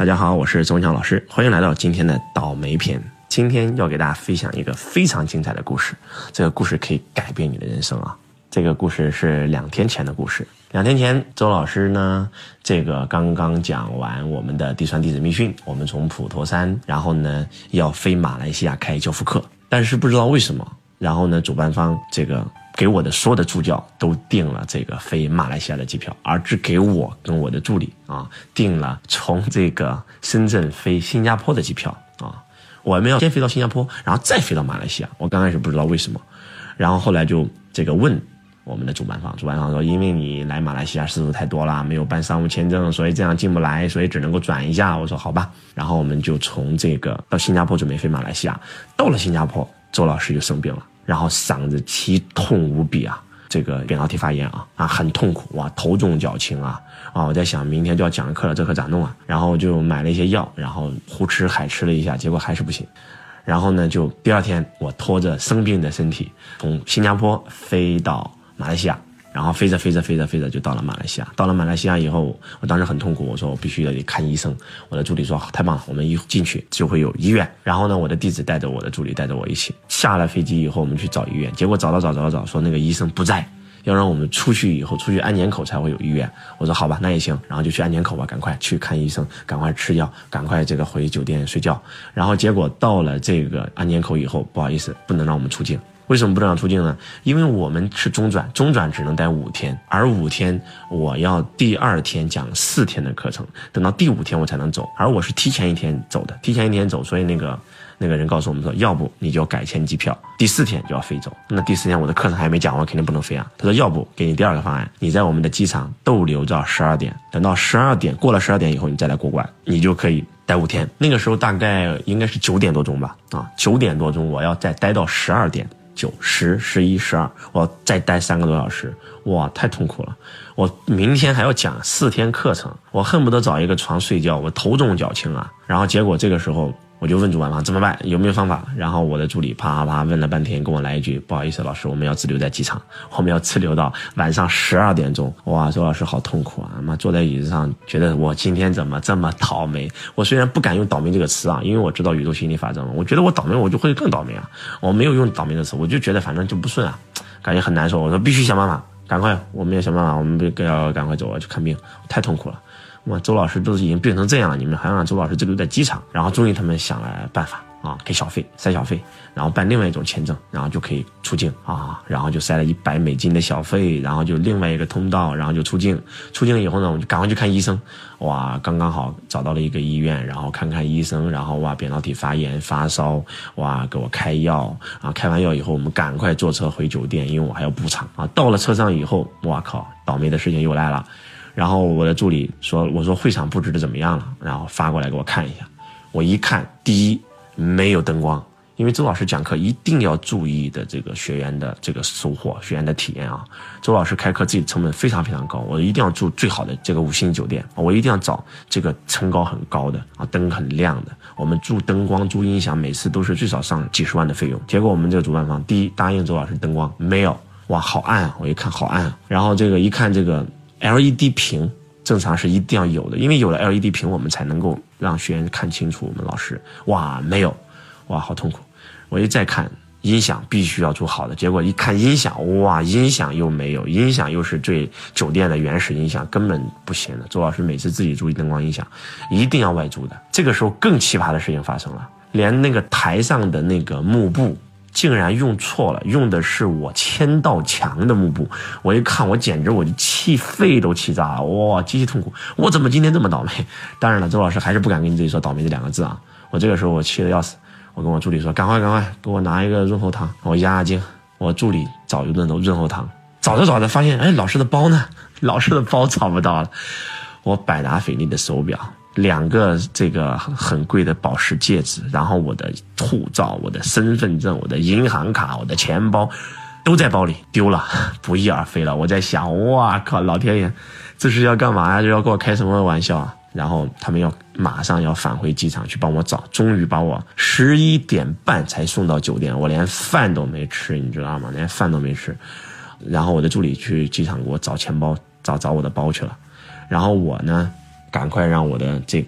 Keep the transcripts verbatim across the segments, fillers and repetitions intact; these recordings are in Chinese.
大家好，我是周文强老师，欢迎来到今天的倒霉篇。今天要给大家分享一个非常精彩的故事，这个故事可以改变你的人生啊！这个故事是两天前的故事。两天前，周老师呢，这个刚刚讲完我们的第三弟子密训，我们从普陀山，然后呢要飞马来西亚开教辅课，但是不知道为什么，然后呢主办方这个给我的所有的助教都订了这个飞马来西亚的机票，而只给我跟我的助理啊订了从这个深圳飞新加坡的机票啊。我们要先飞到新加坡，然后再飞到马来西亚。我刚开始不知道为什么，然后后来就这个问我们的主办方，主办方说因为你来马来西亚次数太多了，没有办商务签证，所以这样进不来，所以只能够转一下。我说好吧，然后我们就从这个到新加坡准备飞马来西亚。到了新加坡，周老师就生病了，然后嗓子奇痛无比啊，这个扁桃体发炎啊啊，很痛苦哇，头重脚轻啊啊！我在想明天就要讲课了，这可咋弄啊？然后就买了一些药，然后胡吃海吃了一下，结果还是不行。然后呢，就第二天我拖着生病的身体从新加坡飞到马来西亚，然后飞着飞着飞着飞着就到了马来西亚。到了马来西亚以后，我当时很痛苦，我说我必须得看医生。我的助理说太棒了，我们一进去就会有医院。然后呢，我的弟子带着我的助理带着我一起下了飞机以后，我们去找医院，结果找到找找找，说那个医生不在，要让我们出去以后出去安检口才会有医院。我说好吧，那也行，然后就去安检口吧，赶快去看医生，赶快吃药，赶快这个回酒店睡觉。然后结果到了这个安检口以后，不好意思，不能让我们出境。为什么不能让出境呢？因为我们是中转，中转只能待五天，而五天我要第二天讲四天的课程，等到第五天我才能走，而我是提前一天走的，提前一天走，所以那个那个人告诉我们说，要不你就改签机票，第四天就要飞走。那第四天我的课程还没讲完，肯定不能飞啊。他说要不给你第二个方案，你在我们的机场逗留到十二点，等到十二点过了十二点以后，你再来过关，你就可以待五天。那个时候大概应该是九点多钟吧，啊，九点多钟我要再待到十二点。九、十、十一、十二，我再待三个多小时，哇，太痛苦了！我明天还要讲四天课程，我恨不得找一个床睡觉，我头重脚轻啊。然后结果这个时候我就问主办方怎么办，有没有方法？然后我的助理啪啪问了半天，跟我来一句不好意思老师，我们要滞留在机场，我们要滞留到晚上十二点钟。哇，周老师好痛苦啊！妈坐在椅子上，觉得我今天怎么这么倒霉？我虽然不敢用倒霉这个词啊，因为我知道宇宙心理法则，我觉得我倒霉我就会更倒霉啊。我没有用倒霉的词，我就觉得反正就不顺啊，感觉很难受。我说必须想办法，赶快，我们要想办法，我们要赶快走啊，去看病，太痛苦了。哇，周老师都已经病成这样了，你们还让周老师滞留在机场？然后终于他们想了办法啊，给小费，塞小费，然后办另外一种签证，然后就可以出境啊，然后就塞了一百美金的小费，然后就另外一个通道，然后就出境。出境以后呢，我就赶快去看医生。哇，刚刚好找到了一个医院，然后看看医生，然后哇，扁桃体发炎发烧，哇，给我开药啊，开完药以后，我们赶快坐车回酒店，因为我还要补场啊。到了车上以后，哇靠，倒霉的事情又来了。然后我的助理说，我说会场布置的怎么样了？然后发过来给我看一下。我一看，第一没有灯光，因为周老师讲课一定要注意的这个学员的这个收获，学员的体验啊。周老师开课自己成本非常非常高，我一定要住最好的这个五星酒店，我一定要找这个层高很高的啊，灯很亮的。我们住灯光、住音响，每次都是最少上几十万的费用。结果我们这个主办方，第一答应周老师灯光没有，哇，好暗啊！我一看好暗啊。然后这个一看这个。L E D 屏正常是一定要有的，因为有了 L E D 屏我们才能够让学员看清楚我们老师。哇，没有，哇，好痛苦。我一再看音响必须要做好的，结果一看音响，哇，音响又没有，音响又是最酒店的原始音响，根本不行的。周老师每次自己注意灯光音响一定要外租的。这个时候更奇葩的事情发生了，连那个台上的那个幕布竟然用错了，用的是我签到墙的幕布。我一看，我简直我就气肺都气炸了，哇，极其痛苦。我怎么今天这么倒霉？当然了，周老师还是不敢跟你自己说倒霉这两个字啊。我这个时候我气得要死，我跟我助理说，赶快赶快给我拿一个润喉糖，我压压惊。我助理找一顿都润喉糖，找着找着发现，哎，老师的包呢？老师的包找不到了。我百达翡丽的手表，两个这个很贵的宝石戒指，然后我的护照、我的身份证、我的银行卡、我的钱包都在包里，丢了，不翼而飞了。我在想，哇靠，老天爷，这是要干嘛呀？这要给我开什么玩笑啊？然后他们要马上要返回机场去帮我找，终于把我十一点半才送到酒店，我连饭都没吃，你知道吗？连饭都没吃。然后我的助理去机场给我找钱包，找找我的包去了。然后我呢，赶快让我的这个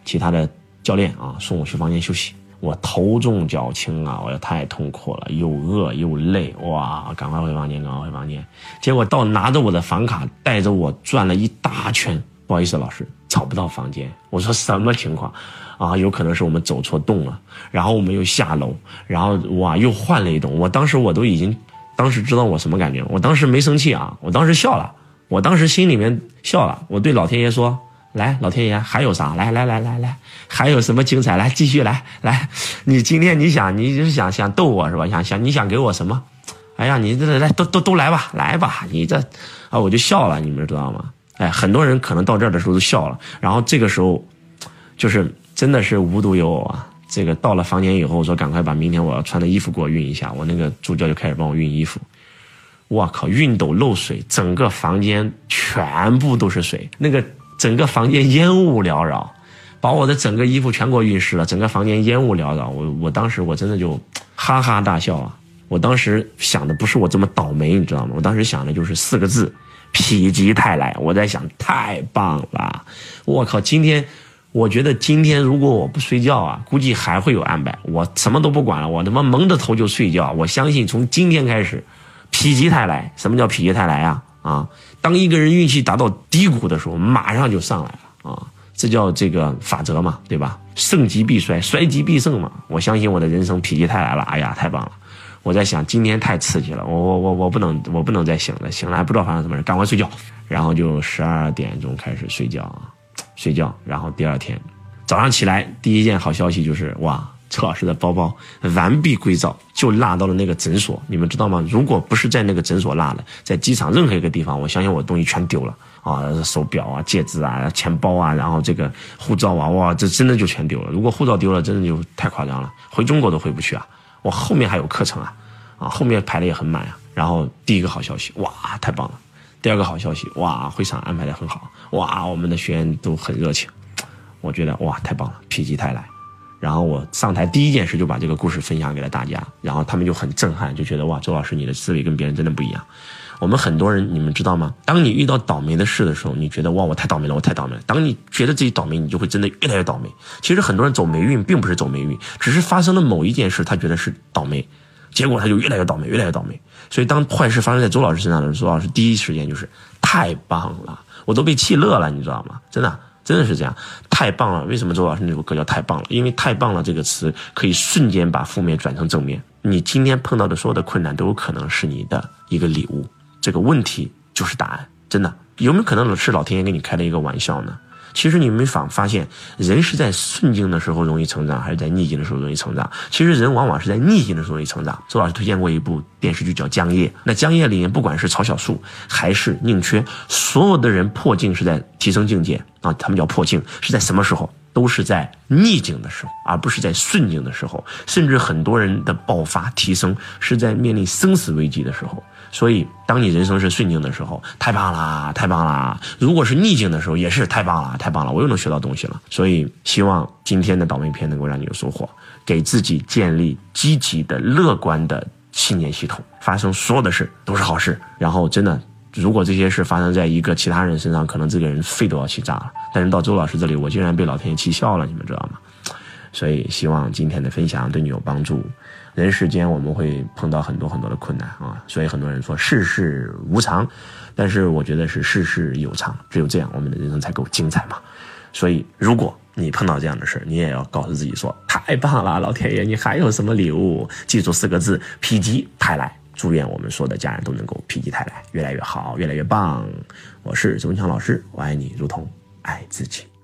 其他的教练啊送我去房间休息。我头重脚轻啊，我太痛苦了，又饿又累，哇，赶快回房间，赶快回房间。结果到拿着我的房卡，带着我转了一大圈，不好意思老师，找不到房间。我说什么情况啊？有可能是我们走错洞了，然后我们又下楼，然后哇又换了一栋。我当时我都已经，当时知道我什么感觉，我当时没生气啊，我当时笑了，我当时心里面笑了，我对老天爷说，来，老天爷还有啥？来来来来来，还有什么精彩？来继续来来，你今天你想你是想想逗我是吧？想想你想给我什么？哎呀，你这来都都都来吧，来吧，你这啊我就笑了，你们知道吗？哎，很多人可能到这儿的时候都笑了，然后这个时候就是真的是无独有偶啊。这个到了房间以后，我说赶快把明天我要穿的衣服给我熨一下，我那个助教就开始帮我熨衣服。哇靠，熨斗漏水，整个房间全部都是水，那个整个房间烟雾缭绕，把我的整个衣服全给我熨湿了，整个房间烟雾缭绕。我我当时我真的就哈哈大笑啊！我当时想的不是我这么倒霉，你知道吗？我当时想的就是四个字：否极泰来。我在想，太棒了！我靠，今天我觉得今天如果我不睡觉啊，估计还会有安排。我什么都不管了，我他妈蒙着头就睡觉。我相信从今天开始，否极泰来。什么叫否极泰来啊？啊，当一个人运气达到低谷的时候，马上就上来了啊！这叫这个法则嘛，对吧？盛极必衰，衰极必盛嘛。我相信我的人生否极泰来了，哎呀，太棒了！我在想，今天太刺激了，我我我我不能我不能再醒了，醒了还不知道发生什么事，赶快睡觉。然后就十二点钟开始睡觉啊，睡觉。然后第二天早上起来，第一件好消息就是哇，周老师的包包完璧归赵，就落到了那个诊所。你们知道吗？如果不是在那个诊所落的，在机场任何一个地方，我相信我东西全丢了啊，手表啊、戒指啊、钱包啊，然后这个护照啊，哇，这真的就全丢了。如果护照丢了，真的就太夸张了，回中国都回不去啊。我后面还有课程啊，啊，后面排的也很满啊。然后第一个好消息，哇，太棒了！第二个好消息，哇，会场安排的很好，哇，我们的学员都很热情，我觉得哇，太棒了，否极泰来。然后我上台第一件事就把这个故事分享给了大家，然后他们就很震撼，就觉得哇，周老师你的思维跟别人真的不一样。我们很多人，你们知道吗？当你遇到倒霉的事的时候，你觉得哇，我太倒霉了，我太倒霉了。当你觉得自己倒霉，你就会真的越来越倒霉。其实很多人走霉运并不是走霉运，只是发生了某一件事，他觉得是倒霉，结果他就越来越倒霉，越来越倒霉。所以当坏事发生在周老师身上的时候，周老师第一时间就是太棒了，我都被气乐了，你知道吗？真的。真的是这样，太棒了！为什么周老师那首歌叫太棒了？因为太棒了这个词可以瞬间把负面转成正面。你今天碰到的所有的困难都有可能是你的一个礼物，这个问题就是答案。真的，有没有可能是老天爷给你开了一个玩笑呢？其实你没法发现，人是在顺境的时候容易成长，还是在逆境的时候容易成长？其实人往往是在逆境的时候容易成长。周老师推荐过一部电视剧叫《江夜》，那《江夜》里面不管是曹小树还是宁缺，所有的人破境是在提升境界啊，他们叫破境，是在什么时候？都是在逆境的时候，而不是在顺境的时候。甚至很多人的爆发提升是在面临生死危机的时候。所以当你人生是顺境的时候，太棒啦，太棒啦；如果是逆境的时候，也是太棒了，太棒了，我又能学到东西了。所以希望今天的倒霉篇能够让你有收获，给自己建立积极的乐观的信念系统，发生所有的事都是好事。然后真的，如果这些事发生在一个其他人身上，可能这个人肺都要气炸了，但是到周老师这里，我竟然被老天爷气笑了，你们知道吗？所以希望今天的分享对你有帮助。人世间我们会碰到很多很多的困难啊，所以很多人说世事无常，但是我觉得是世事有常，只有这样我们的人生才够精彩嘛。所以如果你碰到这样的事，你也要告诉自己说，太棒了，老天爷你还有什么礼物？记住四个字，否极泰来。祝愿我们所有的家人都能够否极泰来，越来越好，越来越棒。我是周文强老师，我爱你如同爱自己。